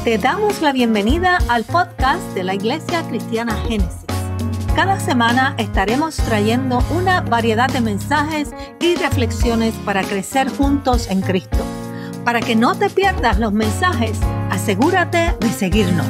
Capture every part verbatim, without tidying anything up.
Te damos la bienvenida al podcast de la Iglesia Cristiana Génesis. Cada semana estaremos trayendo una variedad de mensajes y reflexiones para crecer juntos en Cristo. Para que no te pierdas los mensajes, asegúrate de seguirnos.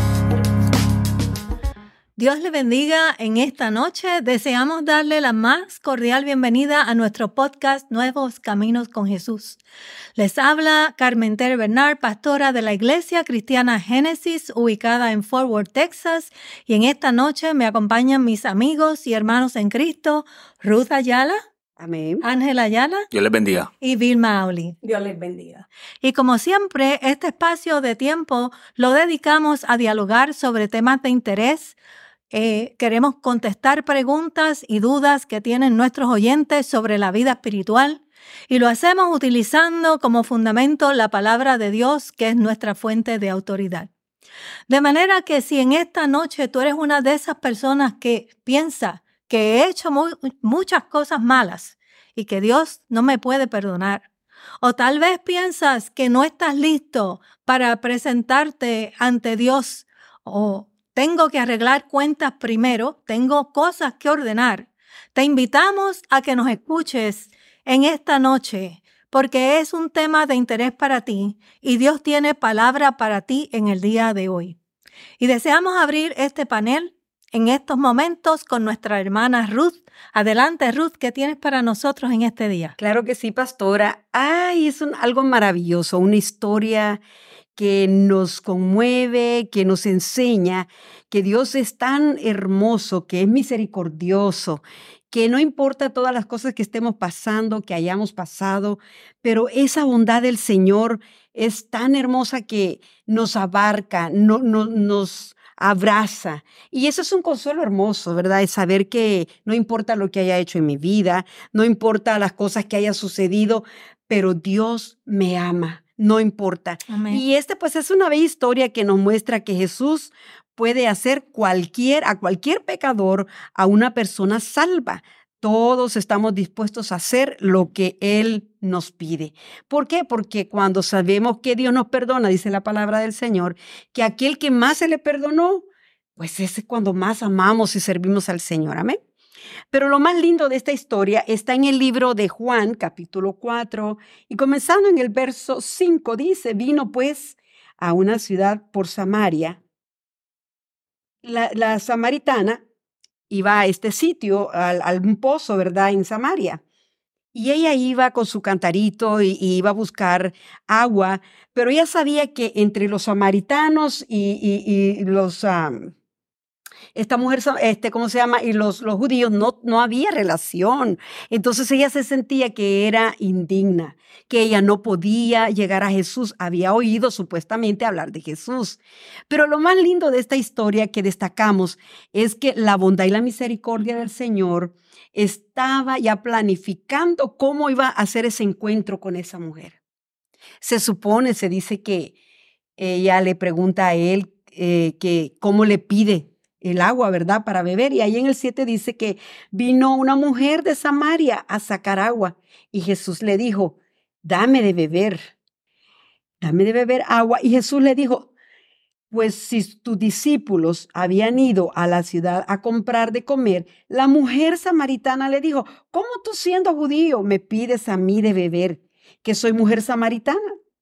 Dios le bendiga en esta noche. Deseamos darle la más cordial bienvenida a nuestro podcast Nuevos Caminos con Jesús. Les habla Carmen Tere Bernard, pastora de la Iglesia Cristiana Génesis, ubicada en Fort Worth, Texas. Y en esta noche me acompañan mis amigos y hermanos en Cristo, Ruth Ayala. Amén. Ángela Ayala. Dios les bendiga. Y Vilma Auli. Dios les bendiga. Y como siempre, este espacio de tiempo lo dedicamos a dialogar sobre temas de interés. Eh, queremos contestar preguntas y dudas que tienen nuestros oyentes sobre la vida espiritual y lo hacemos utilizando como fundamento la palabra de Dios, que es nuestra fuente de autoridad. De manera que si en esta noche tú eres una de esas personas que piensa que he hecho muy, muchas cosas malas y que Dios no me puede perdonar, o tal vez piensas que no estás listo para presentarte ante Dios, o tengo que arreglar cuentas primero, tengo cosas que ordenar. Te invitamos a que nos escuches en esta noche, porque es un tema de interés para ti y Dios tiene palabra para ti en el día de hoy. Y deseamos abrir este panel en estos momentos con nuestra hermana Ruth. Adelante, Ruth, ¿qué tienes para nosotros en este día? Claro que sí, pastora. Ay, es un, algo maravilloso, una historia que nos conmueve, que nos enseña que Dios es tan hermoso, que es misericordioso, que no importa todas las cosas que estemos pasando, que hayamos pasado, pero esa bondad del Señor es tan hermosa que nos abarca, no, no, nos abraza. Y eso es un consuelo hermoso, ¿verdad? Es saber que no importa lo que haya hecho en mi vida, no importa las cosas que hayan sucedido, pero Dios me ama. No importa. Amén. Y este pues es una bella historia que nos muestra que Jesús puede hacer cualquier, a cualquier pecador, a una persona salva. Todos estamos dispuestos a hacer lo que Él nos pide. ¿Por qué? Porque cuando sabemos que Dios nos perdona, dice la palabra del Señor, que aquel que más se le perdonó, pues ese es cuando más amamos y servimos al Señor. Amén. Pero lo más lindo de esta historia está en el libro de Juan, capítulo cuatro, y comenzando en el verso cinco, dice, vino pues a una ciudad por Samaria. La, la samaritana iba a este sitio, al, al un pozo, ¿verdad?, en Samaria. Y ella iba con su cantarito y, y iba a buscar agua, pero ella sabía que entre los samaritanos y, y, y los... Um, Esta mujer, este, ¿cómo se llama? Y los, los judíos no, no había relación. Entonces ella se sentía que era indigna, que ella no podía llegar a Jesús. Había oído supuestamente hablar de Jesús. Pero lo más lindo de esta historia que destacamos es que la bondad y la misericordia del Señor estaba ya planificando cómo iba a hacer ese encuentro con esa mujer. Se supone, se dice que ella le pregunta a él eh, que cómo le pide el agua, ¿verdad?, para beber. Y ahí en el siete dice que vino una mujer de Samaria a sacar agua. Y Jesús le dijo, dame de beber, dame de beber agua. Y Jesús le dijo, pues si tus discípulos habían ido a la ciudad a comprar de comer, la mujer samaritana le dijo, ¿cómo tú siendo judío me pides a mí de beber, que soy mujer samaritana?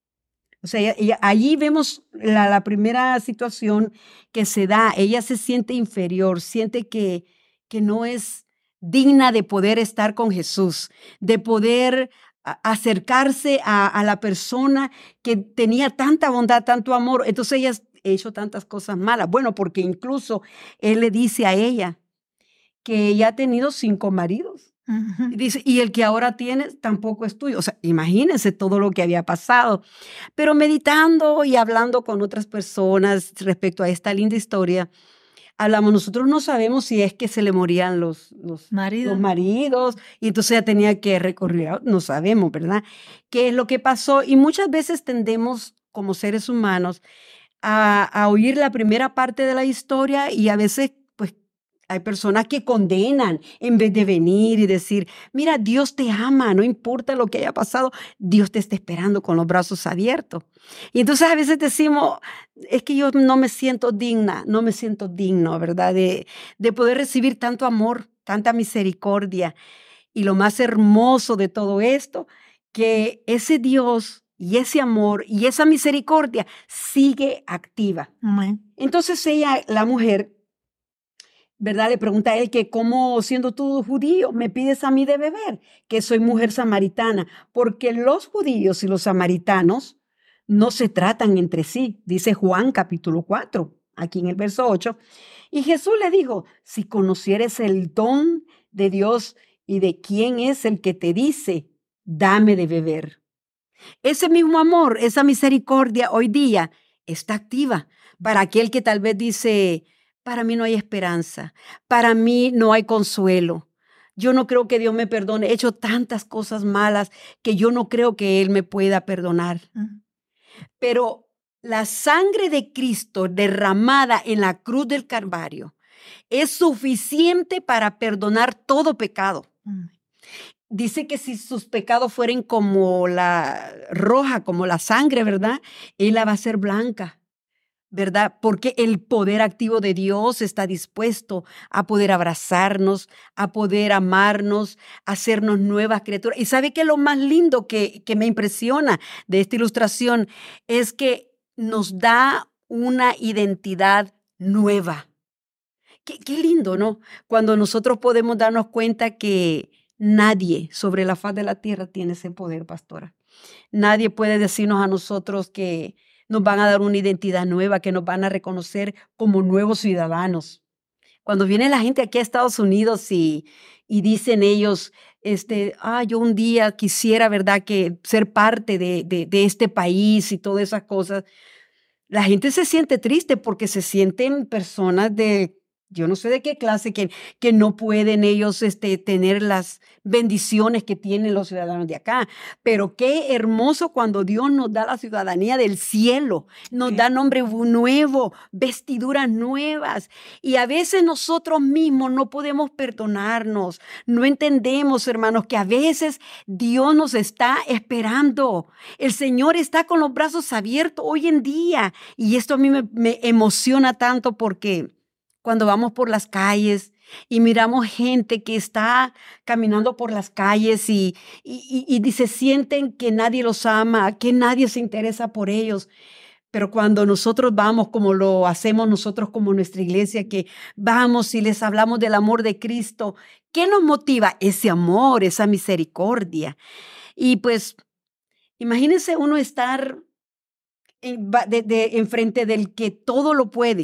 O sea, ella, ella, allí vemos la, la primera situación que se da. Ella se siente inferior, siente que, que no es digna de poder estar con Jesús, de poder a, acercarse a, a la persona que tenía tanta bondad, tanto amor. Entonces ella ha hecho tantas cosas malas. Bueno, porque incluso él le dice a ella que ella ha tenido cinco maridos. Uh-huh. Y dice, y el que ahora tienes tampoco es tuyo. O sea, imagínense todo lo que había pasado. Pero meditando y hablando con otras personas respecto a esta linda historia, hablamos, nosotros no sabemos si es que se le morían los, los, Marido. los maridos y entonces ella tenía que recurrir, no sabemos, ¿verdad?, qué es lo que pasó. Y muchas veces tendemos como seres humanos a, a oír la primera parte de la historia y a veces Hay personas que condenan en vez de venir y decir, mira, Dios te ama, no importa lo que haya pasado, Dios te está esperando con los brazos abiertos. Y entonces a veces decimos, es que yo no me siento digna, no me siento digno, ¿verdad? De, de poder recibir tanto amor, tanta misericordia. Y lo más hermoso de todo esto, que ese Dios y ese amor y esa misericordia sigue activa. Amén. Entonces ella, la mujer, ¿verdad? Le pregunta a él que cómo, siendo tú judío, me pides a mí de beber, que soy mujer samaritana, porque los judíos y los samaritanos no se tratan entre sí, dice Juan capítulo cuatro, aquí en el verso ocho. Y Jesús le dijo, si conocieres el don de Dios y de quién es el que te dice, dame de beber. Ese mismo amor, esa misericordia hoy día está activa para aquel que tal vez dice, para mí no hay esperanza, para mí no hay consuelo. Yo no creo que Dios me perdone. He hecho tantas cosas malas que yo no creo que Él me pueda perdonar. Uh-huh. Pero la sangre de Cristo derramada en la cruz del Calvario es suficiente para perdonar todo pecado. Uh-huh. Dice que si sus pecados fueren como la roja, como la sangre, ¿verdad? Él la va a hacer blanca, ¿verdad? Porque el poder activo de Dios está dispuesto a poder abrazarnos, a poder amarnos, a hacernos nuevas criaturas. Y ¿sabe qué? Lo más lindo que, que me impresiona de esta ilustración es que nos da una identidad nueva. Qué, qué lindo, ¿no? Cuando nosotros podemos darnos cuenta que nadie sobre la faz de la tierra tiene ese poder, pastora. Nadie puede decirnos a nosotros que nos van a dar una identidad nueva, que nos van a reconocer como nuevos ciudadanos. Cuando viene la gente aquí a Estados Unidos y, y dicen ellos, este, ah, yo un día quisiera, ¿verdad?, que ser parte de, de, de este país y todas esas cosas, la gente se siente triste porque se sienten personas de yo no sé de qué clase, que, que no pueden ellos este, tener las bendiciones que tienen los ciudadanos de acá. Pero qué hermoso cuando Dios nos da la ciudadanía del cielo, nos da nombre nuevo, vestiduras nuevas. Y a veces nosotros mismos no podemos perdonarnos. No entendemos, hermanos, que a veces Dios nos está esperando. El Señor está con los brazos abiertos hoy en día. Y esto a mí me, me emociona tanto porque cuando vamos por las calles y miramos gente que está caminando por las calles y, y, y, y se sienten que nadie los ama, que nadie se interesa por ellos. Pero cuando nosotros vamos, como lo hacemos nosotros como nuestra iglesia, que vamos y les hablamos del amor de Cristo, ¿qué nos motiva? Ese amor, esa misericordia. Y pues, imagínense uno estar en, de, de, enfrente del que todo lo puede.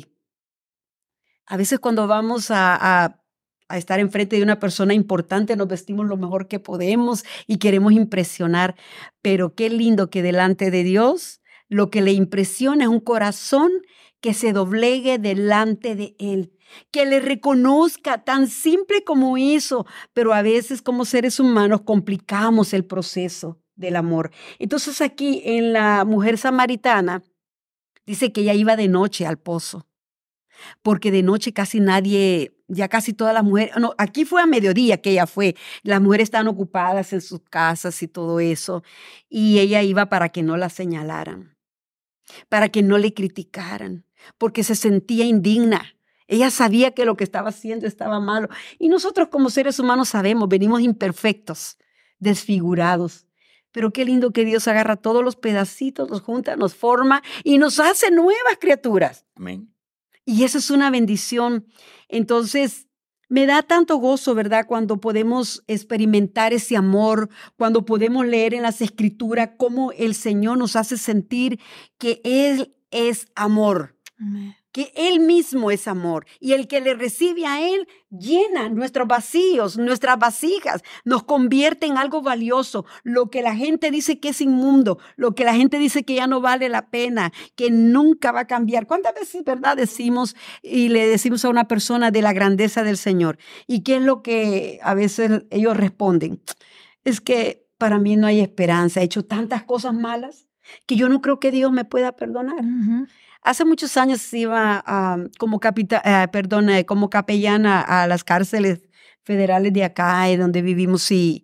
A veces cuando vamos a, a, a estar enfrente de una persona importante nos vestimos lo mejor que podemos y queremos impresionar, pero qué lindo que delante de Dios lo que le impresiona es un corazón que se doblegue delante de Él, que le reconozca tan simple como eso, pero a veces como seres humanos complicamos el proceso del amor. Entonces aquí en la mujer samaritana dice que ella iba de noche al pozo. Porque de noche casi nadie, ya casi todas las mujeres, no, aquí fue a mediodía que ella fue, las mujeres estaban ocupadas en sus casas y todo eso, y ella iba para que no la señalaran, para que no le criticaran, porque se sentía indigna. Ella sabía que lo que estaba haciendo estaba malo, y nosotros como seres humanos sabemos, venimos imperfectos, desfigurados. Pero qué lindo que Dios agarra todos los pedacitos, los junta, nos forma y nos hace nuevas criaturas. Amén. Y eso es una bendición. Entonces, me da tanto gozo, ¿verdad? Cuando podemos experimentar ese amor, cuando podemos leer en las Escrituras cómo el Señor nos hace sentir que Él es amor. Amén. Que Él mismo es amor. Y el que le recibe a Él llena nuestros vacíos, nuestras vasijas, nos convierte en algo valioso. Lo que la gente dice que es inmundo, lo que la gente dice que ya no vale la pena, que nunca va a cambiar. ¿Cuántas veces, verdad, decimos y le decimos a una persona de la grandeza del Señor? ¿Y qué es lo que a veces ellos responden? Es que para mí no hay esperanza. He hecho tantas cosas malas. que yo no creo que Dios me pueda perdonar. Ujú. Hace muchos años iba ah, como, capita, eh, perdón, eh, como capellana a las cárceles federales de acá, eh, donde vivimos, y,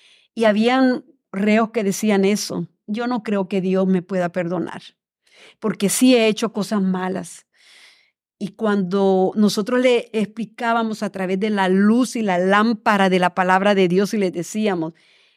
y habían reos que decían eso. Yo no creo que Dios me pueda perdonar, porque sí he hecho cosas malas. Y cuando nosotros le explicábamos a través de la luz y la lámpara de la palabra de Dios y les decíamos,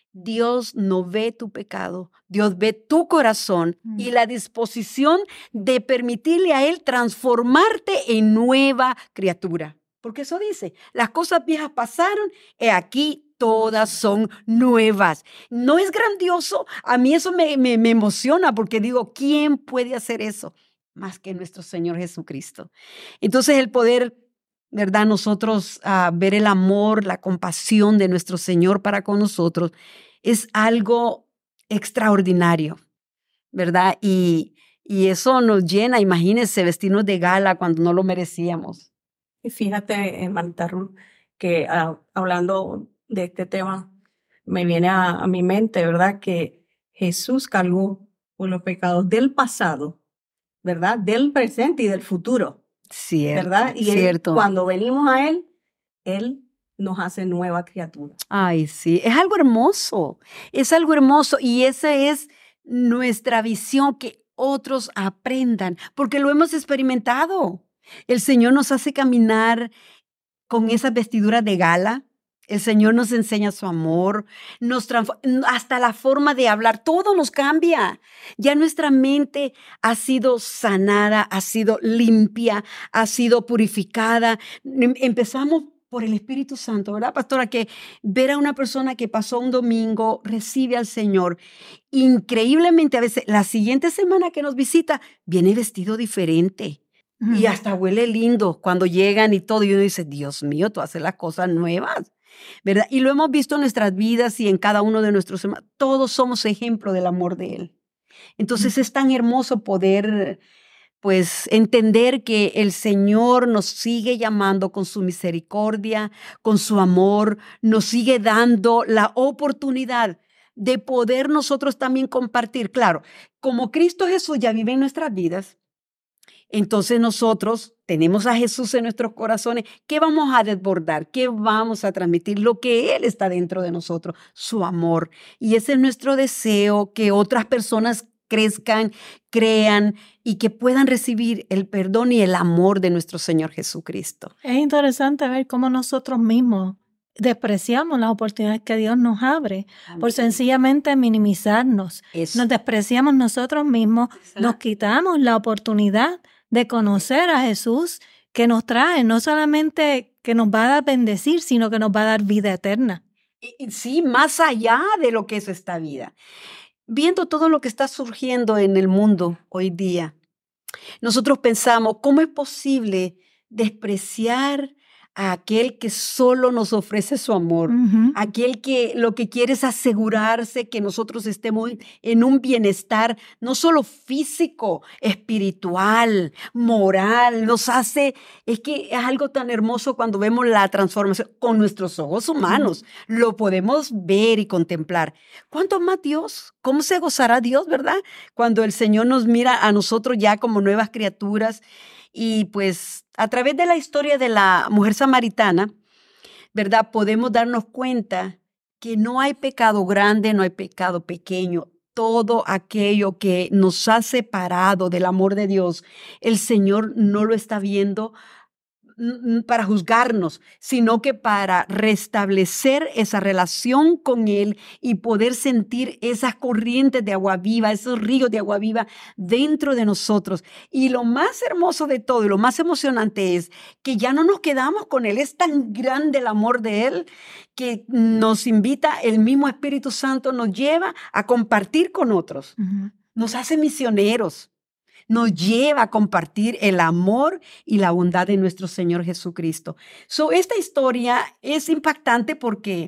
Dios no ve tu pecado, Dios ve tu corazón Mm. y la disposición de permitirle a Él transformarte en nueva criatura. Porque eso dice, las cosas viejas pasaron, y aquí todas son nuevas. ¿No es grandioso? A mí eso me, me, me emociona porque digo, ¿quién puede hacer eso? Más que nuestro Señor Jesucristo. Entonces el poder, ¿verdad? Nosotros uh, ver el amor, la compasión de nuestro Señor para con nosotros es algo extraordinario, ¿verdad? Y, y eso nos llena, imagínense, vestirnos de gala cuando no lo merecíamos. Y fíjate, hermanita Ruth, que uh, hablando de este tema, me viene a, a mi mente, ¿verdad? Que Jesús cargó por los pecados del pasado, ¿verdad? Del presente y del futuro, Cierto, ¿verdad? Y él, cierto. cuando venimos a Él, Él nos hace nueva criatura. Ay, sí, es algo hermoso, es algo hermoso y esa es nuestra visión, que otros aprendan, porque lo hemos experimentado. El Señor nos hace caminar con esas vestiduras de gala. El Señor nos enseña su amor, nos transforma, hasta la forma de hablar, todo nos cambia. Ya nuestra mente ha sido sanada, ha sido limpia, ha sido purificada. Empezamos por el Espíritu Santo, ¿verdad, pastora? Que ver a una persona que pasó un domingo, recibe al Señor, increíblemente a veces la siguiente semana que nos visita, viene vestido diferente. Uh-huh. Y hasta huele lindo cuando llegan y todo. Y uno dice, Dios mío, tú haces las cosas nuevas, ¿verdad? Y lo hemos visto en nuestras vidas y en cada uno de nuestros hermanos. Todos somos ejemplo del amor de Él. Entonces uh-huh. es tan hermoso poder, pues, entender que el Señor nos sigue llamando con su misericordia, con su amor, nos sigue dando la oportunidad de poder nosotros también compartir. Claro, como Cristo Jesús ya vive en nuestras vidas, entonces nosotros tenemos a Jesús en nuestros corazones. ¿Qué vamos a desbordar? ¿Qué vamos a transmitir? Lo que Él está dentro de nosotros, su amor. Y ese es nuestro deseo, que otras personas crezcan, crean y que puedan recibir el perdón y el amor de nuestro Señor Jesucristo. Es interesante ver cómo nosotros mismos despreciamos las oportunidades que Dios nos abre. Amén. Por sencillamente minimizarnos. Eso. Nos despreciamos nosotros mismos, exacto. Nos quitamos la oportunidad de conocer a Jesús, que nos trae, no solamente que nos va a dar bendecir, sino que nos va a dar vida eterna. Y, sí, más allá de lo que es esta vida. Viendo todo lo que está surgiendo en el mundo hoy día, nosotros pensamos, ¿cómo es posible despreciar a aquel que solo nos ofrece su amor? Uh-huh. Aquel que lo que quiere es asegurarse que nosotros estemos en un bienestar no solo físico, espiritual, moral. Nos hace, es que es algo tan hermoso cuando vemos la transformación con nuestros ojos humanos. Uh-huh. Lo podemos ver y contemplar. ¿Cuánto más Dios? ¿Cómo se gozará Dios, verdad? Cuando el Señor nos mira a nosotros ya como nuevas criaturas. Y pues a través de la historia de la mujer samaritana, ¿verdad? Podemos darnos cuenta que no hay pecado grande, no hay pecado pequeño. Todo aquello que nos ha separado del amor de Dios, el Señor no lo está viendo para juzgarnos, sino que para restablecer esa relación con Él y poder sentir esas corrientes de agua viva, esos ríos de agua viva dentro de nosotros. Y lo más hermoso de todo y lo más emocionante es que ya no nos quedamos con Él. Es tan grande el amor de Él que nos invita, el mismo Espíritu Santo nos lleva a compartir con otros. Uh-huh. Nos hace misioneros. Nos lleva a compartir el amor y la bondad de nuestro Señor Jesucristo. So, esta historia es impactante porque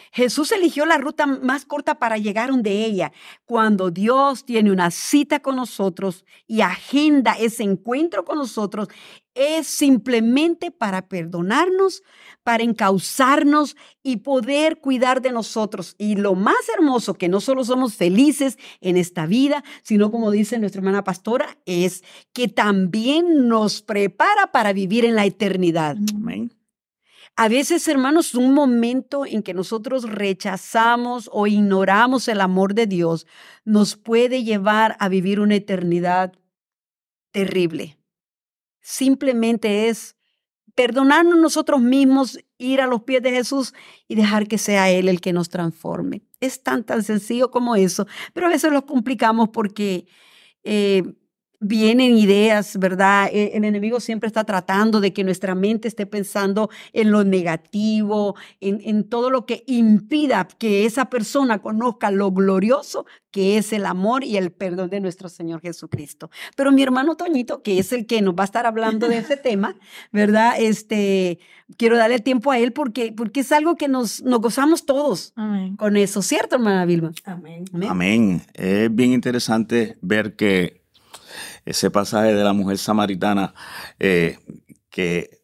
Jesús eligió la ruta más corta para llegar donde ella. Cuando Dios tiene una cita con nosotros y agenda ese encuentro con nosotros, es simplemente para perdonarnos, para encauzarnos y poder cuidar de nosotros. Y lo más hermoso, que no solo somos felices en esta vida, sino como dice nuestra hermana pastora, es que también nos prepara para vivir en la eternidad. Amén. A veces, hermanos, un momento en que nosotros rechazamos o ignoramos el amor de Dios nos puede llevar a vivir una eternidad terrible. Simplemente es perdonarnos nosotros mismos, ir a los pies de Jesús y dejar que sea Él el que nos transforme. Es tan, tan sencillo como eso, pero a veces lo complicamos porque eh, vienen ideas, ¿verdad? El enemigo siempre está tratando de que nuestra mente esté pensando en lo negativo, en, en todo lo que impida que esa persona conozca lo glorioso que es el amor y el perdón de nuestro Señor Jesucristo. Pero mi hermano Toñito, que es el que nos va a estar hablando de ese tema, ¿verdad? Este, quiero darle tiempo a él porque, porque es algo que nos, nos gozamos todos Amén. con eso, ¿cierto, hermana Vilma? Amén. Amén. Amén. Es bien interesante ver que ese pasaje de la mujer samaritana, eh, que,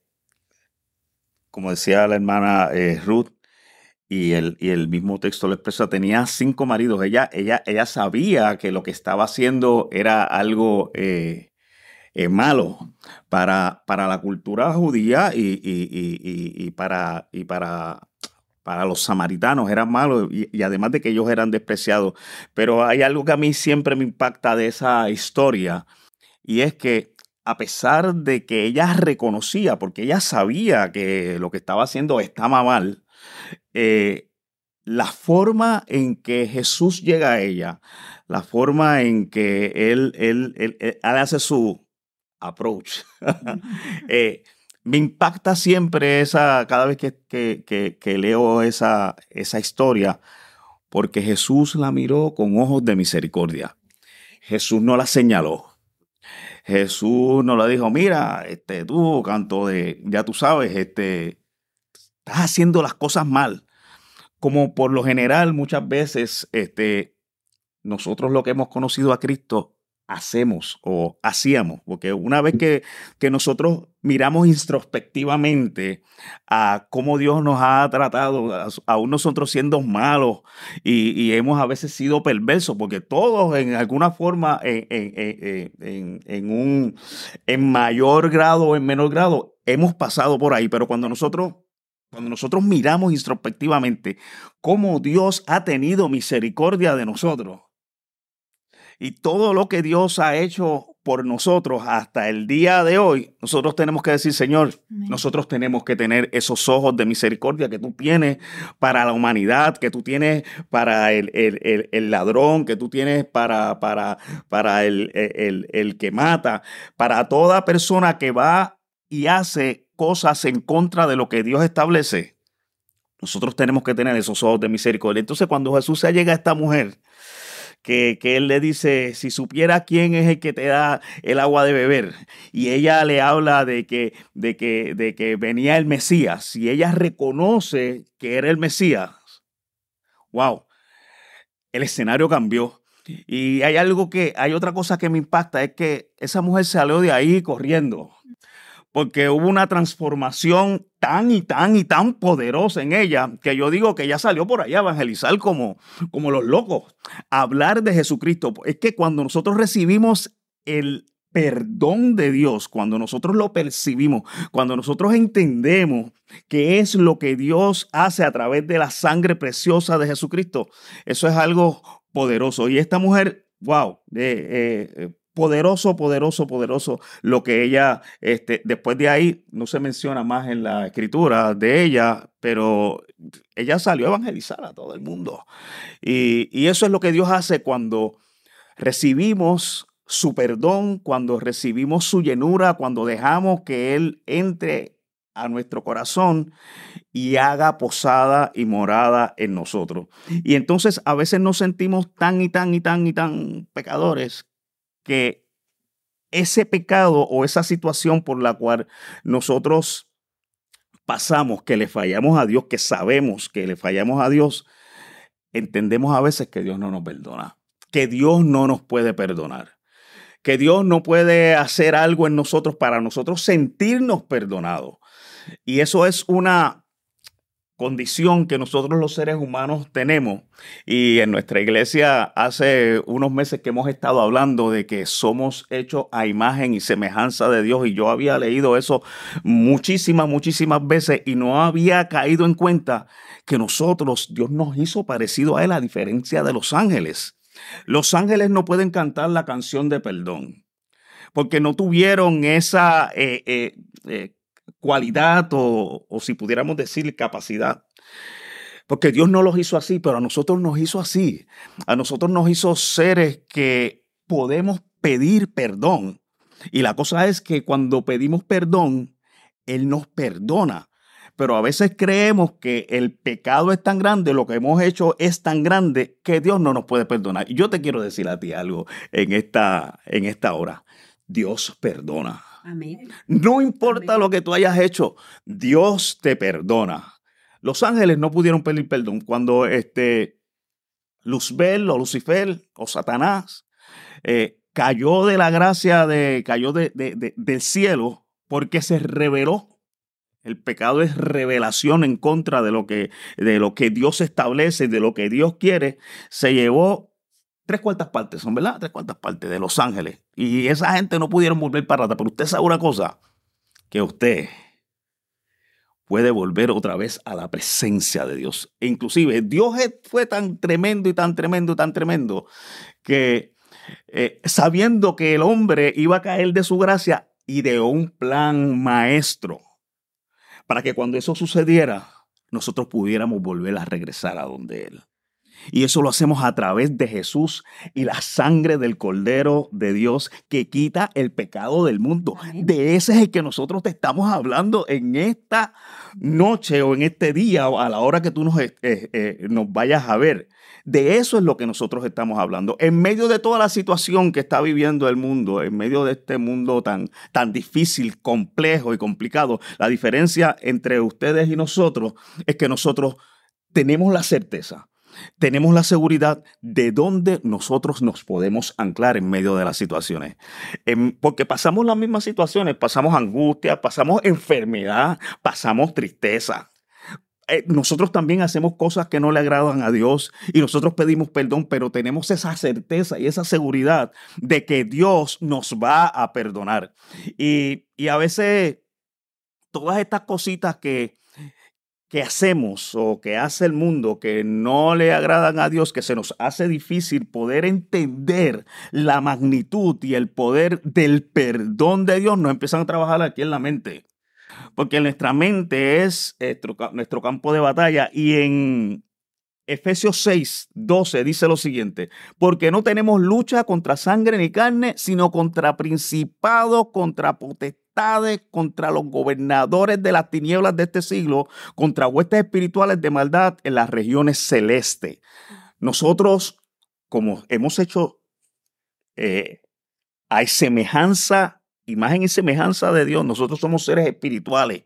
como decía la hermana eh, Ruth, y el, y el mismo texto lo expresa, tenía cinco maridos. Ella, ella, ella sabía que lo que estaba haciendo era algo eh, eh, malo para, para la cultura judía y, y, y, y, y para... Y para Para los samaritanos eran malos y, y además de que ellos eran despreciados. Pero hay algo que a mí siempre me impacta de esa historia y es que a pesar de que ella reconocía, porque ella sabía que lo que estaba haciendo estaba mal, eh, la forma en que Jesús llega a ella, la forma en que él, él, él, él, él hace su approach, eh, me impacta siempre esa, cada vez que, que, que, que leo esa, esa historia, porque Jesús la miró con ojos de misericordia. Jesús no la señaló. Jesús no le dijo, mira, este, tú, canto de, ya tú sabes, este, estás haciendo las cosas mal. Como por lo general muchas veces, este, nosotros lo que hemos conocido a Cristo hacemos o hacíamos, porque una vez que, que nosotros miramos introspectivamente a cómo Dios nos ha tratado, a, aún nosotros siendo malos y, y hemos a veces sido perversos, porque todos en alguna forma, en, en, en, en, en un en mayor grado o en menor grado, hemos pasado por ahí, pero cuando nosotros Cuando nosotros miramos introspectivamente cómo Dios ha tenido misericordia de nosotros y todo lo que Dios ha hecho por nosotros hasta el día de hoy, nosotros tenemos que decir, Señor, Amén. nosotros tenemos que tener esos ojos de misericordia que tú tienes para la humanidad, que tú tienes para el, el, el, el ladrón, que tú tienes para, para, para el, el, el que mata, para toda persona que va y hace cosas en contra de lo que Dios establece. Nosotros tenemos que tener esos ojos de misericordia. Entonces, cuando Jesús se llega a esta mujer, que, que él le dice, si supiera quién es el que te da el agua de beber, y ella le habla de que, de que, de que venía el Mesías, y ella reconoce que era el Mesías, wow, el escenario cambió. Y hay algo que, hay otra cosa que me impacta, es que esa mujer salió de ahí corriendo, porque hubo una transformación tan y tan y tan poderosa en ella, que yo digo que ella salió por ahí a evangelizar como, como los locos, a hablar de Jesucristo. Es que cuando nosotros recibimos el perdón de Dios, cuando nosotros lo percibimos, cuando nosotros entendemos qué es lo que Dios hace a través de la sangre preciosa de Jesucristo, eso es algo poderoso. Y esta mujer, wow, eh, eh, poderoso, poderoso, poderoso lo que ella, este, después de ahí, no se menciona más en la escritura de ella, pero ella salió a evangelizar a todo el mundo. Y, y eso es lo que Dios hace cuando recibimos su perdón, cuando recibimos su llenura, cuando dejamos que Él entre a nuestro corazón y haga posada y morada en nosotros. Y entonces a veces nos sentimos tan y tan y tan y tan pecadores que ese pecado o esa situación por la cual nosotros pasamos, que le fallamos a Dios, que sabemos que le fallamos a Dios, entendemos a veces que Dios no nos perdona, que Dios no nos puede perdonar, que Dios no puede hacer algo en nosotros para nosotros sentirnos perdonados. Y eso es una condición que nosotros los seres humanos tenemos. Y en nuestra iglesia hace unos meses que hemos estado hablando de que somos hechos a imagen y semejanza de Dios, y yo había leído eso muchísimas, muchísimas veces y no había caído en cuenta que nosotros, Dios nos hizo parecido a Él, a diferencia de los ángeles. Los ángeles no pueden cantar la canción de perdón porque no tuvieron esa eh, eh, eh, cualidad o, o si pudiéramos decir capacidad. Porque Dios no los hizo así, pero a nosotros nos hizo así. A nosotros nos hizo seres que podemos pedir perdón. Y la cosa es que cuando pedimos perdón, Él nos perdona. Pero a veces creemos que el pecado es tan grande, lo que hemos hecho es tan grande que Dios no nos puede perdonar. Y yo te quiero decir a ti algo en esta, en esta hora. Dios perdona. Amén. No importa Amén. lo que tú hayas hecho, Dios te perdona. Los ángeles no pudieron pedir perdón cuando este, Luzbel o Lucifer o Satanás eh, cayó de la gracia, de, cayó de, de, de, del cielo porque se rebeló. El pecado es revelación en contra de lo que, de lo que Dios establece, de lo que Dios quiere. Se llevó tres cuartas partes, son verdad, tres cuartas partes de los ángeles. Y esa gente no pudieron volver para atrás. Pero usted sabe una cosa, que usted puede volver otra vez a la presencia de Dios. E inclusive Dios fue tan tremendo y tan tremendo y tan tremendo que eh, sabiendo que el hombre iba a caer de su gracia, ideó un plan maestro para que cuando eso sucediera, nosotros pudiéramos volver a regresar a donde Él. Y eso lo hacemos a través de Jesús y la sangre del Cordero de Dios que quita el pecado del mundo. Amén. De ese es el que nosotros te estamos hablando en esta noche o en este día o a la hora que tú nos, eh, eh, nos vayas a ver. De eso es lo que nosotros estamos hablando. En medio de toda la situación que está viviendo el mundo, en medio de este mundo tan, tan difícil, complejo y complicado, la diferencia entre ustedes y nosotros es que nosotros tenemos la certeza, tenemos la seguridad de dónde nosotros nos podemos anclar en medio de las situaciones. Eh, porque pasamos las mismas situaciones, pasamos angustia, pasamos enfermedad, pasamos tristeza. Eh, nosotros también hacemos cosas que no le agradan a Dios y nosotros pedimos perdón, pero tenemos esa certeza y esa seguridad de que Dios nos va a perdonar. Y, y a veces todas estas cositas que que hacemos o que hace el mundo que no le agradan a Dios, que se nos hace difícil poder entender la magnitud y el poder del perdón de Dios, nos empiezan a trabajar aquí en la mente. Porque nuestra mente es nuestro, nuestro campo de batalla. Y en Efesios seis, doce dice lo siguiente: porque no tenemos lucha contra sangre ni carne, sino contra principados, contra potestades, contra los gobernadores de las tinieblas de este siglo, contra huestes espirituales de maldad en las regiones celestes. Nosotros, como hemos hecho eh, a semejanza, imagen y semejanza de Dios, nosotros somos seres espirituales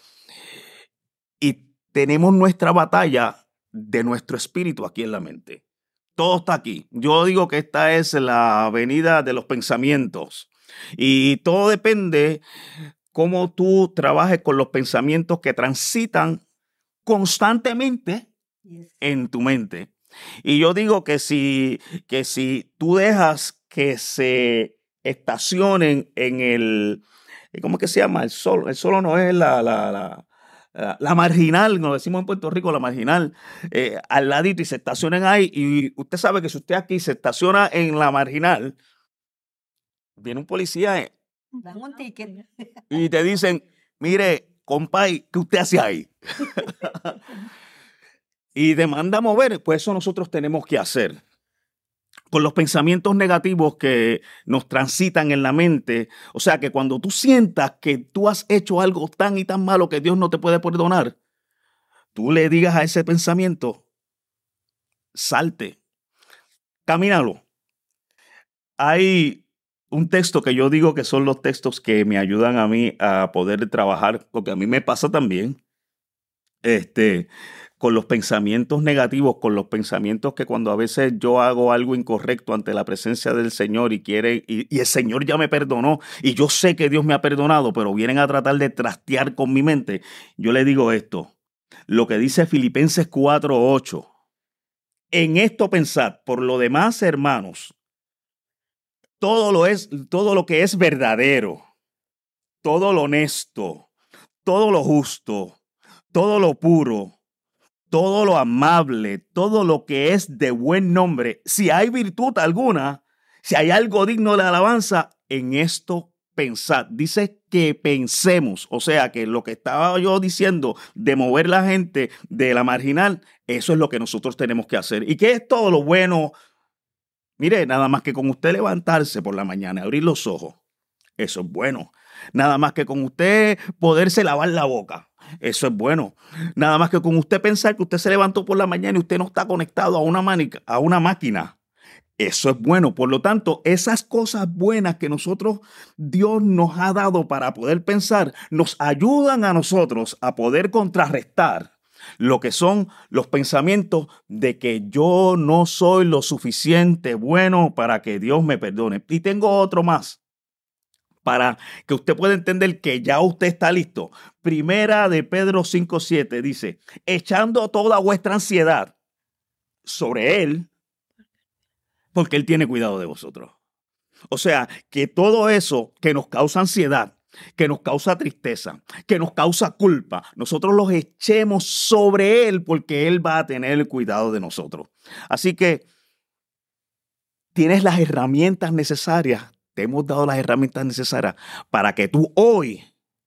y tenemos nuestra batalla de nuestro espíritu aquí en la mente. Todo está aquí. Yo digo que esta es la avenida de los pensamientos y todo depende cómo tú trabajes con los pensamientos que transitan constantemente Yes. en tu mente. Y yo digo que si, que si tú dejas que se estacionen en el, ¿cómo es que se llama? El solo. El solo no es la, la, la, la, la marginal, nos decimos en Puerto Rico la marginal, eh, al ladito y se estacionen ahí. Y usted sabe que si usted aquí se estaciona en la marginal, viene un policía eh, Dan un ticket. y te dicen, mire, compay, ¿qué usted hace ahí? Y te manda a mover. Pues eso nosotros tenemos que hacer. Con los pensamientos negativos que nos transitan en la mente. O sea, que cuando tú sientas que tú has hecho algo tan y tan malo que Dios no te puede perdonar, tú le digas a ese pensamiento, salte, camínalo. Hay un texto que yo digo que son los textos que me ayudan a mí a poder trabajar, porque a mí me pasa también. este, con los pensamientos negativos, con los pensamientos que cuando a veces yo hago algo incorrecto ante la presencia del Señor y quiere, y, y el Señor ya me perdonó y yo sé que Dios me ha perdonado, pero vienen a tratar de trastear con mi mente, yo le digo esto, lo que dice Filipenses cuatro ocho, en esto pensad, por lo demás, hermanos, todo lo, es, todo lo que es verdadero, todo lo honesto, todo lo justo, todo lo puro, todo lo amable, todo lo que es de buen nombre, si hay virtud alguna, si hay algo digno de alabanza, en esto pensad. Dice que pensemos, o sea que lo que estaba yo diciendo de mover la gente de la marginal, eso es lo que nosotros tenemos que hacer. ¿Y qué es todo lo bueno? Mire, nada más que con usted levantarse por la mañana, abrir los ojos, eso es bueno. Nada más que con usted poderse lavar la boca, eso es bueno. Nada más que con usted pensar que usted se levantó por la mañana y usted no está conectado a una, manica, a una máquina, eso es bueno. Por lo tanto, esas cosas buenas que nosotros, Dios nos ha dado para poder pensar, nos ayudan a nosotros a poder contrarrestar lo que son los pensamientos de que yo no soy lo suficiente bueno para que Dios me perdone. Y tengo otro más para que usted pueda entender que ya usted está listo. Primera de Pedro cinco siete dice, echando toda vuestra ansiedad sobre Él, porque Él tiene cuidado de vosotros. O sea, que todo eso que nos causa ansiedad, que nos causa tristeza, que nos causa culpa, nosotros los echemos sobre Él porque Él va a tener el cuidado de nosotros. Así que tienes las herramientas necesarias, te hemos dado las herramientas necesarias para que tú hoy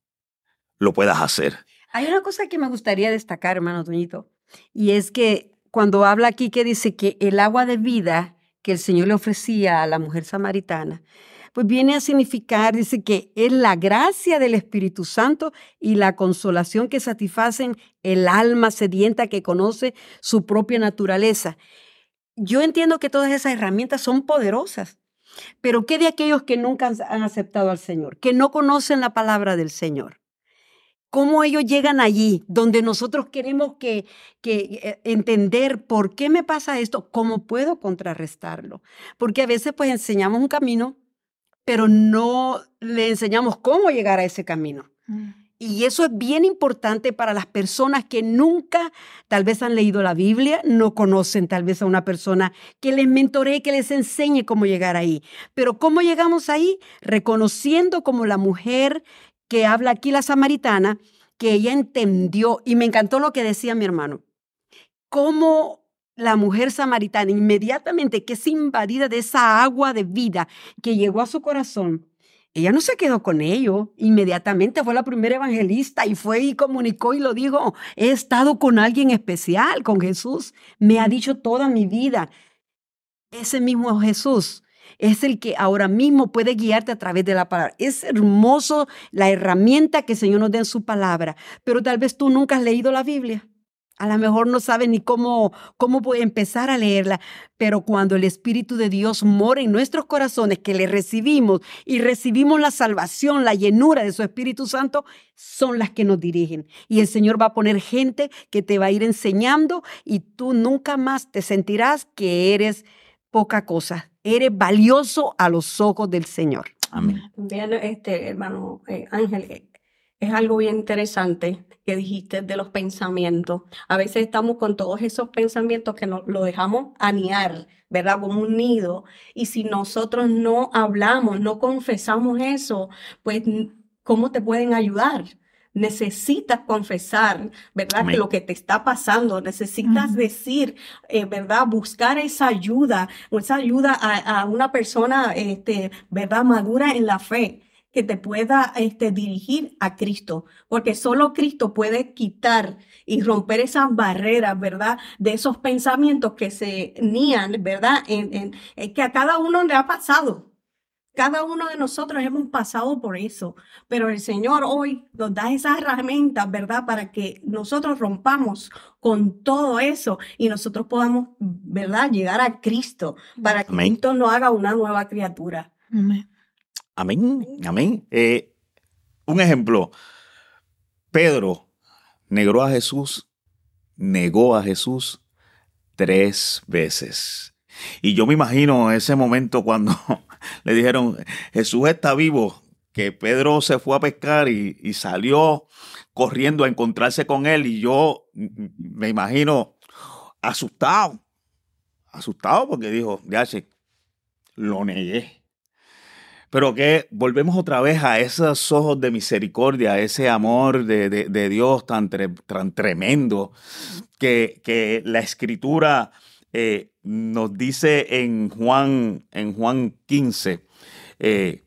lo puedas hacer. Hay una cosa que me gustaría destacar, hermano Toñito, y es que cuando habla aquí que dice que el agua de vida que el Señor le ofrecía a la mujer samaritana, pues viene a significar, dice que es la gracia del Espíritu Santo y la consolación que satisfacen el alma sedienta que conoce su propia naturaleza. Yo entiendo que todas esas herramientas son poderosas, pero ¿qué de aquellos que nunca han aceptado al Señor, que no conocen la palabra del Señor? ¿Cómo ellos llegan allí donde nosotros queremos que, que entender por qué me pasa esto? ¿Cómo puedo contrarrestarlo? Porque a veces pues enseñamos un camino, pero no le enseñamos cómo llegar a ese camino. Mm. Y eso es bien importante para las personas que nunca tal vez han leído la Biblia, no conocen tal vez a una persona que les mentoree, que les enseñe cómo llegar ahí. Pero ¿cómo llegamos ahí? Reconociendo como la mujer que habla aquí, la samaritana, que ella entendió, y me encantó lo que decía mi hermano, cómo la mujer samaritana, inmediatamente que es invadida de esa agua de vida que llegó a su corazón, ella no se quedó con ello, inmediatamente fue la primera evangelista y fue y comunicó y lo dijo, he estado con alguien especial, con Jesús, me ha dicho toda mi vida. Ese mismo Jesús es el que ahora mismo puede guiarte a través de la palabra. Es hermoso la herramienta que el Señor nos da en su palabra, pero tal vez tú nunca has leído la Biblia. A lo mejor no sabes ni cómo, cómo empezar a leerla, pero cuando el Espíritu de Dios mora en nuestros corazones, que le recibimos y recibimos la salvación, la llenura de su Espíritu Santo, son las que nos dirigen. Y el Señor va a poner gente que te va a ir enseñando y tú nunca más te sentirás que eres poca cosa. Eres valioso a los ojos del Señor. Amén. Bien, este, hermano eh, Ángel, es algo bien interesante que dijiste de los pensamientos. A veces estamos con todos esos pensamientos que nos lo dejamos aniar, ¿verdad? Como un nido. Y si nosotros no hablamos, no confesamos eso, pues, ¿cómo te pueden ayudar? Necesitas confesar, ¿verdad? Que lo que te está pasando, necesitas uh-huh. decir, eh, ¿verdad? Buscar esa ayuda, esa ayuda a, a una persona, este, ¿verdad? Madura en la fe, que te pueda este, dirigir a Cristo, porque solo Cristo puede quitar y romper esas barreras, ¿verdad? De esos pensamientos que se nían, ¿verdad? En, en, en que a cada uno le ha pasado. Cada uno de nosotros hemos pasado por eso, pero el Señor hoy nos da esas herramientas, ¿verdad? Para que nosotros rompamos con todo eso y nosotros podamos, ¿verdad? Llegar a Cristo, para que Amén. Cristo nos haga una nueva criatura. Amén. Amén, amén. Eh, un ejemplo, Pedro negó a Jesús negó a Jesús tres veces. Y yo me imagino ese momento cuando le dijeron, Jesús está vivo, que Pedro se fue a pescar y, y salió corriendo a encontrarse con él. Y yo me imagino asustado, asustado porque dijo, ya sé, lo negué. Pero que volvemos otra vez a esos ojos de misericordia, a ese amor de, de, de Dios tan, tre, tan tremendo que, que la Escritura eh, nos dice en Juan, en Juan quince, eh,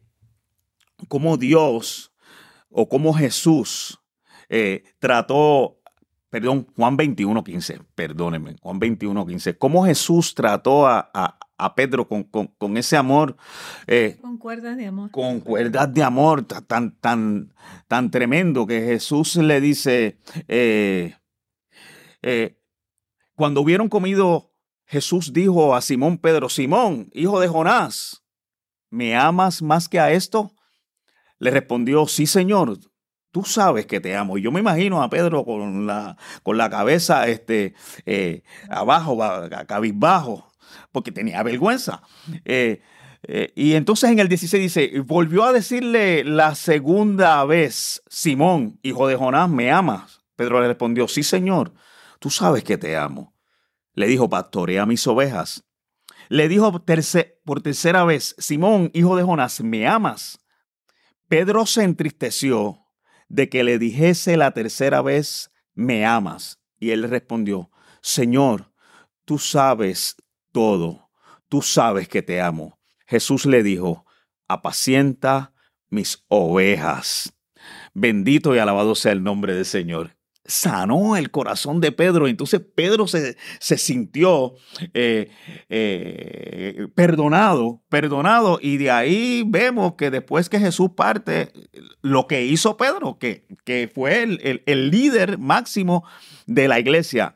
cómo Dios o cómo Jesús eh, trató, perdón, Juan veintiuno quince, perdónenme, Juan veintiuno quince, cómo Jesús trató a, a a Pedro con, con, con ese amor. Eh, con cuerdas de amor. Con cuerdas de amor tan, tan, tan tremendo que Jesús le dice, eh, eh, cuando hubieron comido, Jesús dijo a Simón Pedro, Simón, hijo de Jonás, ¿me amas más que a esto? Le respondió, sí, Señor, tú sabes que te amo. Y yo me imagino a Pedro con la, con la cabeza este, eh, abajo, cabizbajo, porque tenía vergüenza. Eh, eh, y entonces en el dieciséis dice, volvió a decirle la segunda vez, Simón, hijo de Jonás, ¿me amas? Pedro le respondió, sí, Señor, tú sabes que te amo. Le dijo, pastorea mis ovejas. Le dijo terce, por tercera vez, Simón, hijo de Jonás, ¿me amas? Pedro se entristeció de que le dijese la tercera vez, ¿me amas? Y él respondió, Señor, tú sabes todo, tú sabes que te amo. Jesús le dijo, apacienta mis ovejas. Bendito y alabado sea el nombre del Señor. Sanó el corazón de Pedro. Entonces Pedro se, se sintió eh, eh, perdonado, perdonado. Y de ahí vemos que después que Jesús parte, lo que hizo Pedro, que, que fue el, el, el líder máximo de la iglesia,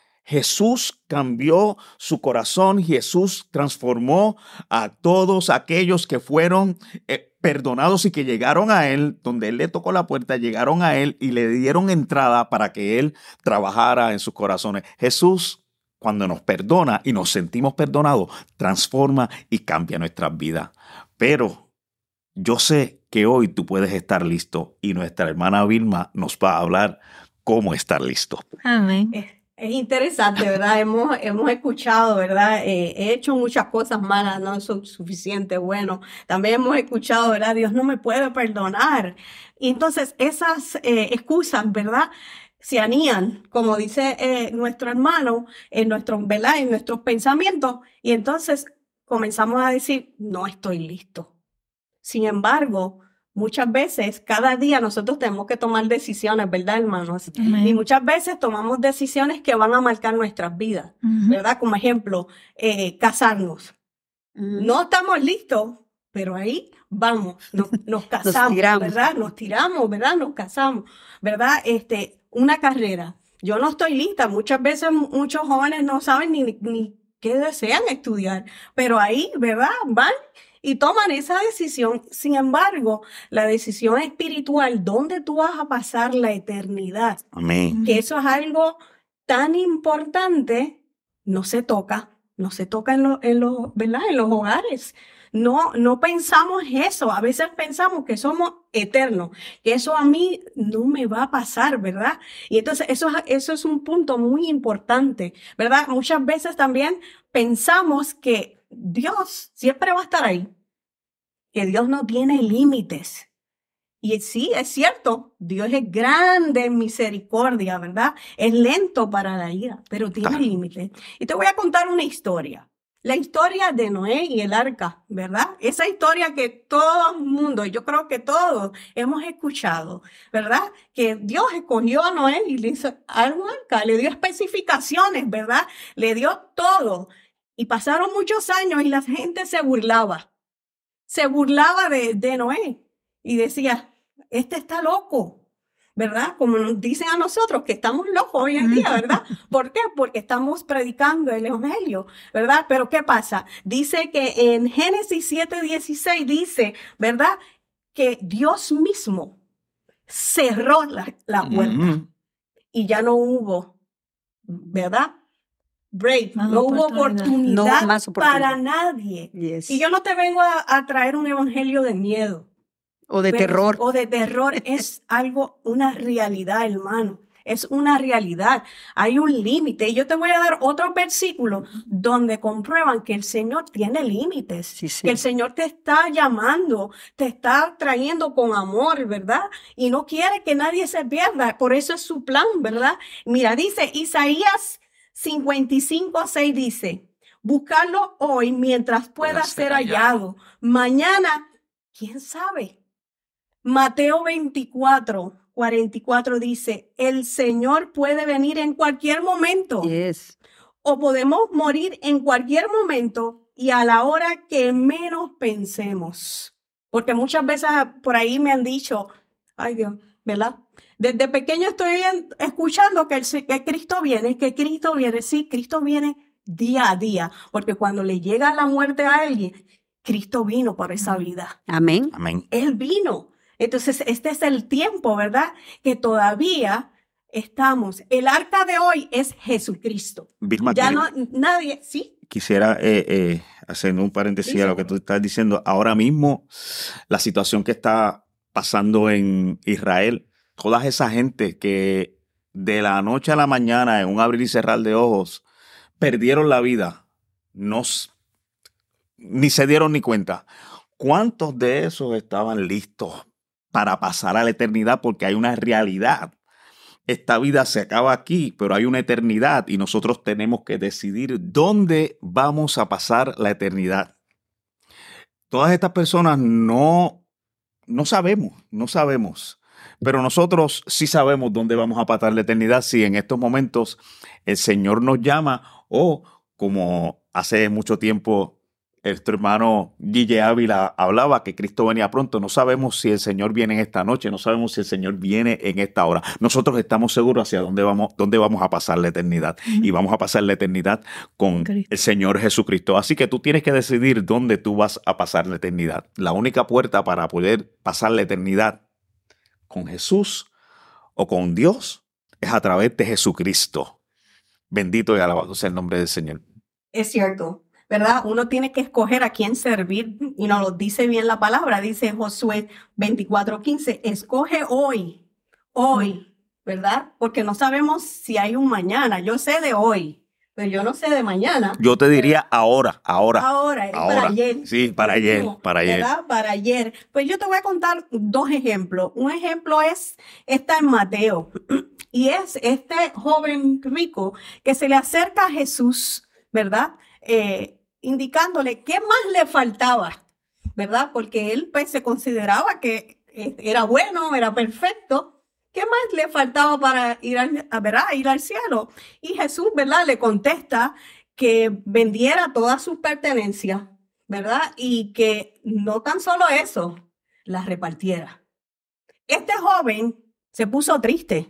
Jesús cambió su corazón, Jesús transformó a todos aquellos que fueron eh, perdonados y que llegaron a Él, donde Él le tocó la puerta, llegaron a Él y le dieron entrada para que Él trabajara en sus corazones. Jesús, cuando nos perdona y nos sentimos perdonados, transforma y cambia nuestras vidas. Pero yo sé que hoy tú puedes estar listo y nuestra hermana Vilma nos va a hablar cómo estar listo. Amén. Es interesante, ¿verdad? hemos, hemos escuchado, ¿verdad? Eh, he hecho muchas cosas malas, no son suficiente bueno. También hemos escuchado, ¿verdad? Dios no me puede perdonar. Y entonces esas eh, excusas, ¿verdad? Se anían, como dice eh, nuestro hermano, en, nuestro, ¿verdad? En nuestros pensamientos. Y entonces comenzamos a decir, no estoy listo. Sin embargo, muchas veces, cada día nosotros tenemos que tomar decisiones, ¿verdad, hermanos? Amén. Y muchas veces tomamos decisiones que van a marcar nuestras vidas, Uh-huh. ¿verdad? Como ejemplo, eh, casarnos. Ujú. No estamos listos, pero ahí vamos, nos, nos casamos, tiramos. ¿verdad? Nos tiramos, ¿verdad? Nos casamos, ¿verdad? Este, una carrera. Yo no estoy lista. Muchas veces muchos jóvenes no saben ni, ni qué desean estudiar, pero ahí, ¿verdad? Van y toman esa decisión. Sin embargo, la decisión espiritual, ¿dónde tú vas a pasar la eternidad? Amén. Que eso es algo tan importante, no se toca, no se toca en, lo, en, lo, ¿verdad? En los hogares. No, no pensamos eso. A veces pensamos que somos eternos, que eso a mí no me va a pasar, ¿verdad? Y entonces eso, eso es un punto muy importante, ¿verdad? Muchas veces también pensamos que Dios siempre va a estar ahí, que Dios no tiene límites. Y sí, es cierto, Dios es grande en misericordia, ¿verdad? Es lento para la ira, pero tiene Claro. límites. Y te voy a contar una historia. La historia de Noé y el arca, ¿verdad? Esa historia que todo el mundo, yo creo que todos hemos escuchado, ¿verdad? Que Dios escogió a Noé y le hizo a un arca, le dio especificaciones, ¿verdad? Le dio todo. Y pasaron muchos años y la gente se burlaba. Se burlaba de, de Noé y decía, este está loco, ¿verdad? Como nos dicen a nosotros que estamos locos hoy en día, ¿verdad? ¿Por qué? Porque estamos predicando el evangelio, ¿verdad? Pero ¿qué pasa? Dice que en Génesis siete dieciséis dice, ¿verdad? Que Dios mismo cerró la, la puerta Ujú. y ya no hubo ¿verdad? Break, Más no hubo oportunidad. oportunidad, No más oportunidad. para nadie. Yes. Y yo no te vengo a, a traer un evangelio de miedo. O de pero- terror. O de terror. Es algo, una realidad, hermano. Es una realidad. Hay un límite. Y yo te voy a dar otro versículo donde comprueban que el Señor tiene límites. Sí, sí. Que el Señor te está llamando, te está trayendo con amor, ¿verdad? Y no quiere que nadie se pierda. Por eso es su plan, ¿verdad? Mira, dice Isaías cincuenta y cinco, seis dice, buscarlo hoy mientras pueda ser hallado. Mañana, ¿quién sabe? Mateo veinticuatro, cuarenta y cuatro dice, el Señor puede venir en cualquier momento Yes. o podemos morir en cualquier momento y a la hora que menos pensemos. Porque muchas veces por ahí me han dicho, ay Dios, ¿verdad? Desde pequeño estoy en- escuchando que, el, que Cristo viene, que Cristo viene. Sí, Cristo viene día a día, porque cuando le llega la muerte a alguien, Cristo vino por esa vida. Amén. Amén. Él vino. Entonces, este es el tiempo, ¿verdad? Que todavía estamos. El arca de hoy es Jesucristo. Vilma, Ya quiero- no, nadie, ¿sí? quisiera eh, eh, hacer un paréntesis Sí, a lo que seguro. tú estás diciendo. Ahora mismo, la situación que está pasando en Israel, toda esa gente que de la noche a la mañana, en un abrir y cerrar de ojos, perdieron la vida, no, s- ni se dieron ni cuenta. ¿Cuántos de esos estaban listos para pasar a la eternidad? Porque hay una realidad. Esta vida se acaba aquí, pero hay una eternidad y nosotros tenemos que decidir dónde vamos a pasar la eternidad. Todas estas personas no, no sabemos, no sabemos, pero nosotros sí sabemos dónde vamos a pasar la eternidad si en estos momentos el Señor nos llama o como hace mucho tiempo nuestro hermano Guille Ávila hablaba que Cristo venía pronto. No sabemos si el Señor viene en esta noche, no sabemos si el Señor viene en esta hora. Nosotros estamos seguros hacia dónde vamos, dónde vamos a pasar la eternidad. Y vamos a pasar la eternidad con Cristo. el Señor Jesucristo. Así que tú tienes que decidir dónde tú vas a pasar la eternidad. La única puerta para poder pasar la eternidad con Jesús o con Dios es a través de Jesucristo. Bendito y alabado sea el nombre del Señor. Es cierto, ¿verdad? Uno tiene que escoger a quién servir y nos lo dice bien la palabra, dice Josué veinticuatro quince, escoge hoy, hoy, ¿verdad? Porque no sabemos si hay un mañana. Yo sé de hoy, pero yo no sé de mañana. Yo te diría ahora, ahora. Ahora, es ahora. para ayer. Sí, para ayer, No, para ayer. ¿verdad? Para ayer. Pues yo te voy a contar dos ejemplos. Un ejemplo es, está en Mateo, y es este joven rico que se le acerca a Jesús, ¿verdad? Eh, indicándole qué más le faltaba, ¿verdad? Porque él pues, se consideraba que eh, era bueno, era perfecto. ¿Qué más le faltaba para ir al, a, ¿verdad? ir al cielo? Y Jesús, ¿verdad? Le contesta que vendiera todas sus pertenencias, ¿verdad? Y que no tan solo eso, las repartiera. Este joven se puso triste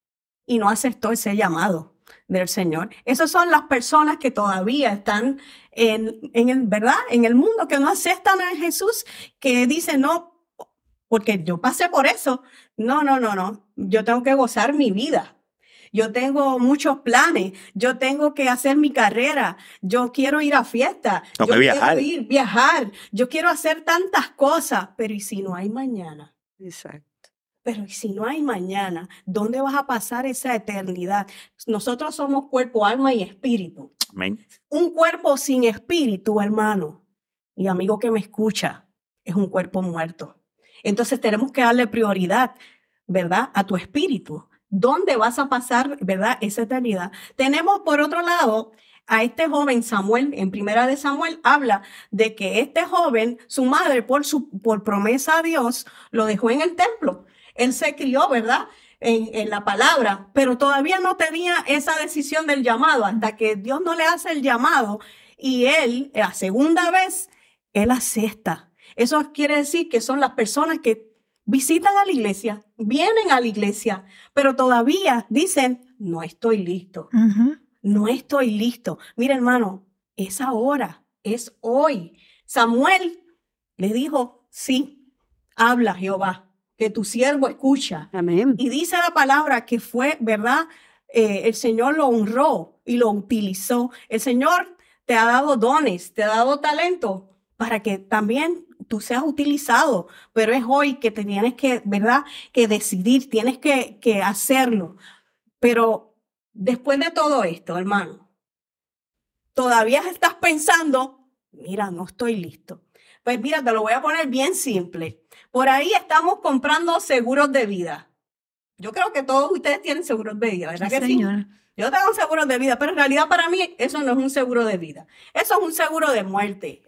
y no aceptó ese llamado del Señor. Esas son las personas que todavía están en, en el, ¿verdad? En el mundo, que no aceptan a Jesús, que dicen, no, porque yo pasé por eso. No, no, no, no. Yo tengo que gozar mi vida. Yo tengo muchos planes. Yo tengo que hacer mi carrera. Yo quiero ir a fiestas. Tengo Yo que viajar. quiero ir, viajar. Yo quiero hacer tantas cosas. Pero ¿y si no hay mañana? Exacto. Pero ¿y si no hay mañana? ¿Dónde vas a pasar esa eternidad? Nosotros somos cuerpo, alma y espíritu. Amén. Un cuerpo sin espíritu, hermano, y amigo que me escucha, es un cuerpo muerto. Entonces tenemos que darle prioridad, ¿verdad? A tu espíritu. ¿Dónde vas a pasar, verdad, esa eternidad? Tenemos, por otro lado, a este joven Samuel, en Primera de Samuel, habla de que este joven, su madre, por, su, por promesa a Dios, lo dejó en el templo. Él se crió, ¿verdad? En, en la palabra, pero todavía no tenía esa decisión del llamado, hasta que Dios no le hace el llamado y él, la segunda vez, él acepta. Eso quiere decir que son las personas que visitan a la iglesia, vienen a la iglesia, pero todavía dicen, no estoy listo, Ujú. no estoy listo. Mira, hermano, es ahora, es hoy. Samuel le dijo, sí, habla Jehová, que tu siervo escucha. Amén. Y dice la palabra que fue, ¿verdad? eh, el Señor lo honró y lo utilizó. El Señor te ha dado dones, te ha dado talento para que también tú seas utilizado, pero es hoy que te tienes que, ¿verdad?, que decidir, tienes que, que hacerlo. Pero después de todo esto, hermano, todavía estás pensando, mira, no estoy listo. Pues mira, te lo voy a poner bien simple. Por ahí estamos comprando seguros de vida. Yo creo que todos ustedes tienen seguros de vida, ¿verdad Sí, que señora. sí? Yo tengo un seguro de vida, pero en realidad para mí eso no es un seguro de vida. Eso es un seguro de muerte.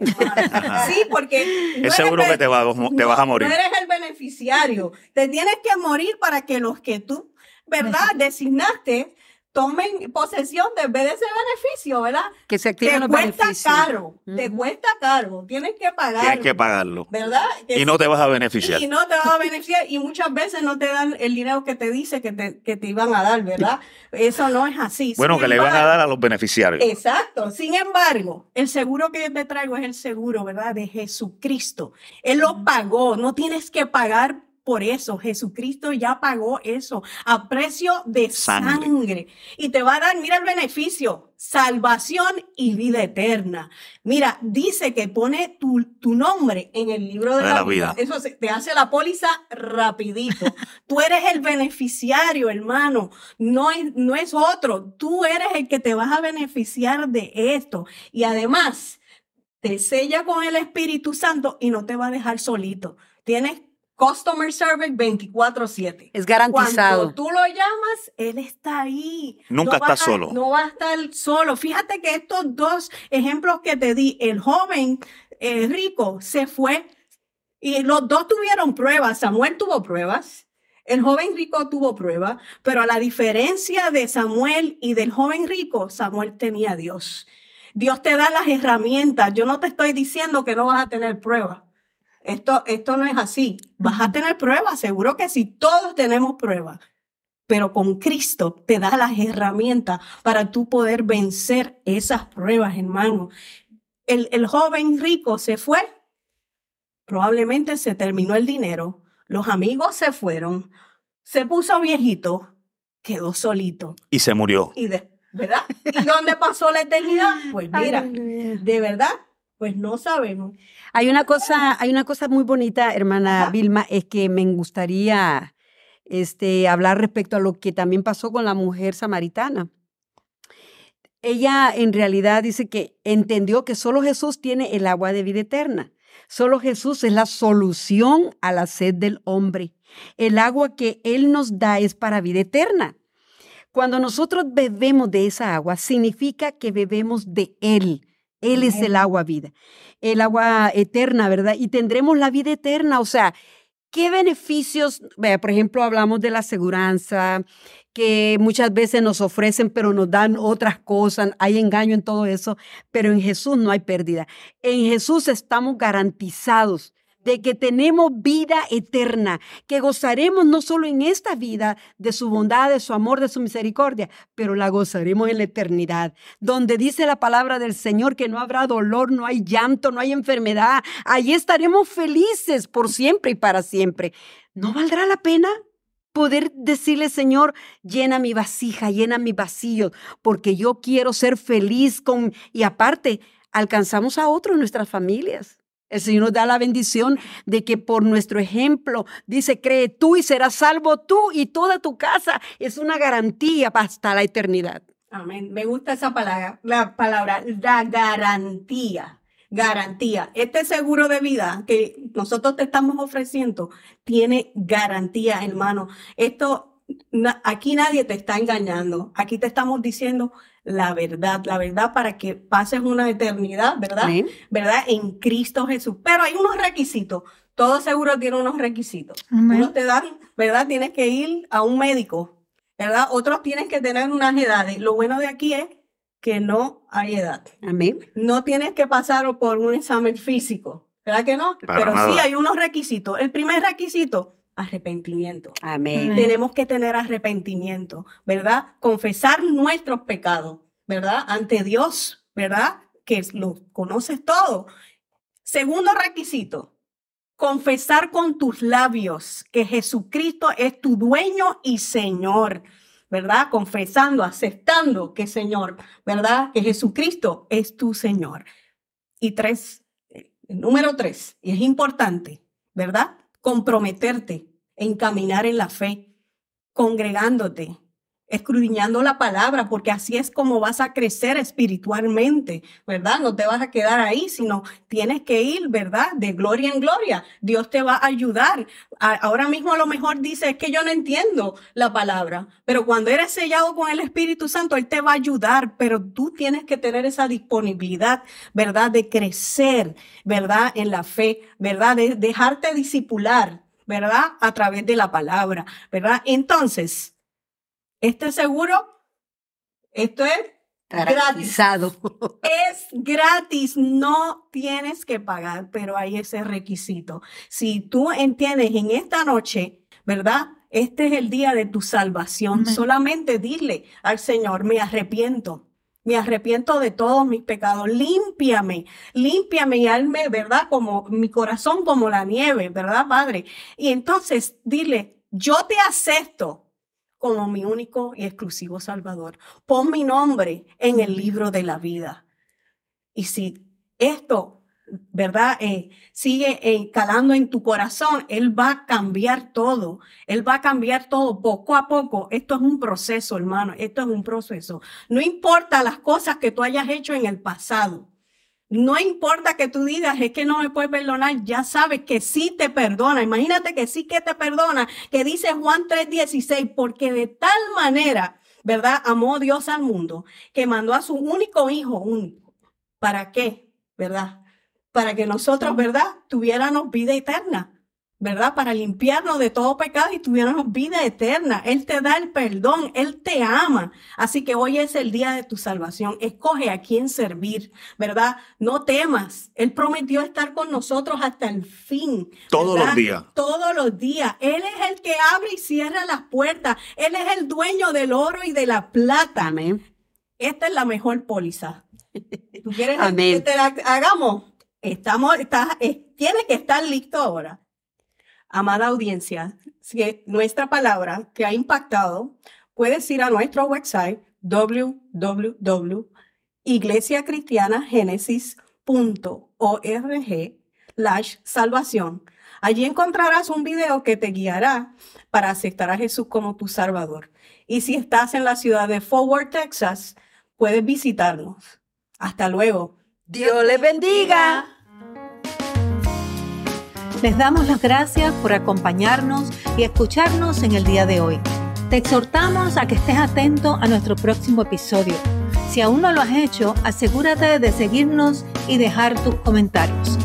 Sí, porque no Es eres seguro el- que te, va- te vas a morir. No eres el beneficiario. Te tienes que morir para que los que tú, ¿verdad?, designaste tomen posesión de vez de ese beneficio, ¿verdad? Que se Te activen los cuesta beneficios. caro, te Ujú. cuesta caro. Tienes que pagar. Tienes que pagarlo. ¿Verdad? Que Y no te vas a beneficiar. y no te va a beneficiar y muchas veces no te dan el dinero que te dice que te, que te iban a dar, ¿verdad? Eso no es así. Bueno, Sin que le van a embargo- dar a los beneficiarios. Exacto. Sin embargo, el seguro que yo te traigo es el seguro, ¿verdad?, de Jesucristo. Él lo pagó, no tienes que pagar por eso. Jesucristo ya pagó eso a precio de Sangre. sangre. Y te va a dar, mira el beneficio, salvación y vida eterna. Mira, dice que pone tu, tu nombre en el libro de, De la, la vida. vida. Eso se- te hace la póliza rapidito. Tú eres el beneficiario, hermano. No es, no es otro. Tú eres el que te vas a beneficiar de esto. Y además, te sella con el Espíritu Santo y no te va a dejar solito. Tienes Customer Service veinticuatro siete. Es garantizado. Cuando tú lo llamas, él está ahí. Nunca va estás a- solo. No va a estar solo. Fíjate que estos dos ejemplos que te di, el joven eh, rico se fue y los dos tuvieron pruebas. Samuel tuvo pruebas. El joven rico tuvo pruebas, pero a la diferencia de Samuel y del joven rico, Samuel tenía a Dios. Dios te da las herramientas. Yo no te estoy diciendo que no vas a tener pruebas. Esto, esto no es así. Vas a tener pruebas, seguro que sí. Todos tenemos pruebas. Pero con Cristo te da las herramientas para tú poder vencer esas pruebas, hermano. El, el joven rico se fue. Probablemente se terminó el dinero. Los amigos se fueron. Se puso viejito. Quedó solito. Y se murió. Y de, ¿verdad? ¿Y dónde pasó la eternidad? Pues mira, Aleluya. de verdad, pues no sabemos. Hay una cosa, hay una cosa muy bonita, hermana Ajá. Vilma, es que me gustaría este, hablar respecto a lo que también pasó con la mujer samaritana. Ella en realidad dice que entendió que solo Jesús tiene el agua de vida eterna. Solo Jesús es la solución a la sed del hombre. El agua que Él nos da es para vida eterna. Cuando nosotros bebemos de esa agua, significa que bebemos de Él. Él es el agua vida, el agua eterna, ¿verdad? Y tendremos la vida eterna. O sea, ¿qué beneficios? Vea, por ejemplo, hablamos de la aseguranza, que muchas veces nos ofrecen, pero nos dan otras cosas. Hay engaño en todo eso, pero en Jesús no hay pérdida. En Jesús estamos garantizados de que tenemos vida eterna, que gozaremos no solo en esta vida de su bondad, de su amor, de su misericordia, pero la gozaremos en la eternidad, donde dice la palabra del Señor que no habrá dolor, no hay llanto, no hay enfermedad. Allí estaremos felices por siempre y para siempre. ¿No valdrá la pena poder decirle, Señor, llena mi vasija, llena mi vacío, porque yo quiero ser feliz con... Y aparte, alcanzamos a otros en nuestras familias. El Señor nos da la bendición de que por nuestro ejemplo, dice, cree tú y serás salvo tú y toda tu casa. Es una garantía hasta la eternidad. Amén. Me gusta esa palabra, la palabra, la garantía. Garantía. Este seguro de vida que nosotros te estamos ofreciendo tiene garantía, hermano. Esto, na- aquí nadie te está engañando. Aquí te estamos diciendo la verdad, la verdad para que pases una eternidad, ¿verdad? Amén. ¿Verdad? En Cristo Jesús. Pero hay unos requisitos. Todo seguro tiene unos requisitos. Amén. Unos te dan, ¿verdad? Tienes que ir a un médico, ¿verdad? Otros tienes que tener unas edades. Lo bueno de aquí es que no hay edad. Amén. No tienes que pasar por un examen físico, ¿verdad que no? Para Pero nada. sí hay unos requisitos. El primer requisito, arrepentimiento. Amén. Amén. Tenemos que tener arrepentimiento, ¿verdad? Confesar nuestros pecados, ¿verdad? Ante Dios, ¿verdad? Que lo conoces todo. Segundo requisito, confesar con tus labios que Jesucristo es tu dueño y Señor. ¿verdad? Confesando, aceptando que Señor, ¿verdad? Que Jesucristo es tu Señor. Y tres, número tres, y es importante, ¿verdad? Comprometerte en caminar en la fe, congregándote, escudriñando la palabra, porque así es como vas a crecer espiritualmente, ¿verdad? No te vas a quedar ahí, sino tienes que ir, ¿verdad? De gloria en gloria. Dios te va a ayudar. A- ahora mismo a lo mejor dices, es que yo no entiendo la palabra, pero cuando eres sellado con el Espíritu Santo, Él te va a ayudar, pero tú tienes que tener esa disponibilidad, ¿verdad? De crecer, ¿verdad? En la fe, ¿verdad? De dejarte discipular, ¿verdad? A través de la palabra, ¿verdad? Entonces, ¿este seguro? Esto es gratis. Garantizado. Es gratis, no tienes que pagar, pero hay ese requisito. Si tú entiendes en esta noche, ¿verdad? Este es el día de tu salvación. Amén. Solamente dile al Señor, me arrepiento. Me arrepiento de todos mis pecados. Límpiame, límpiame y hazme, ¿verdad? Como mi corazón como la nieve, ¿verdad, Padre? Y entonces dile, yo te acepto como mi único y exclusivo Salvador. Pon mi nombre en el libro de la vida. Y si esto, ¿verdad? Eh, sigue eh, calando en tu corazón, Él va a cambiar todo. Él va a cambiar todo poco a poco. Esto es un proceso, hermano. Esto es un proceso. No importa las cosas que tú hayas hecho en el pasado. No importa que tú digas, es que no me puede perdonar, ya sabes que sí te perdona. Imagínate que sí que te perdona, que dice Juan tres dieciséis, porque de tal manera, ¿verdad? Amó Dios al mundo, que mandó a su único hijo único. ¿Para qué? ¿Verdad? Para que nosotros, ¿verdad? Tuviéramos vida eterna, ¿verdad? Para limpiarnos de todo pecado y tuviéramos vida eterna. Él te da el perdón, Él te ama. Así que hoy es el día de tu salvación. Escoge a quién servir, ¿verdad? No temas. Él prometió estar con nosotros hasta el fin. Todos ¿verdad? los días. Todos los días. Él es el que abre y cierra las puertas. Él es el dueño del oro y de la plata. Amén. Esta es la mejor póliza. ¿Tú quieres Amén. que te la hagamos? Estamos, estás, es- tienes que estar listo ahora. Amada audiencia, si nuestra palabra te ha impactado, puedes ir a nuestro website w w w punto iglesia cristiana genesis punto org slash salvación. Allí encontrarás un video que te guiará para aceptar a Jesús como tu Salvador. Y si estás en la ciudad de Fort Worth, Texas, puedes visitarnos. Hasta luego. Dios les bendiga. Les damos las gracias por acompañarnos y escucharnos en el día de hoy. Te exhortamos a que estés atento a nuestro próximo episodio. Si aún no lo has hecho, asegúrate de seguirnos y dejar tus comentarios.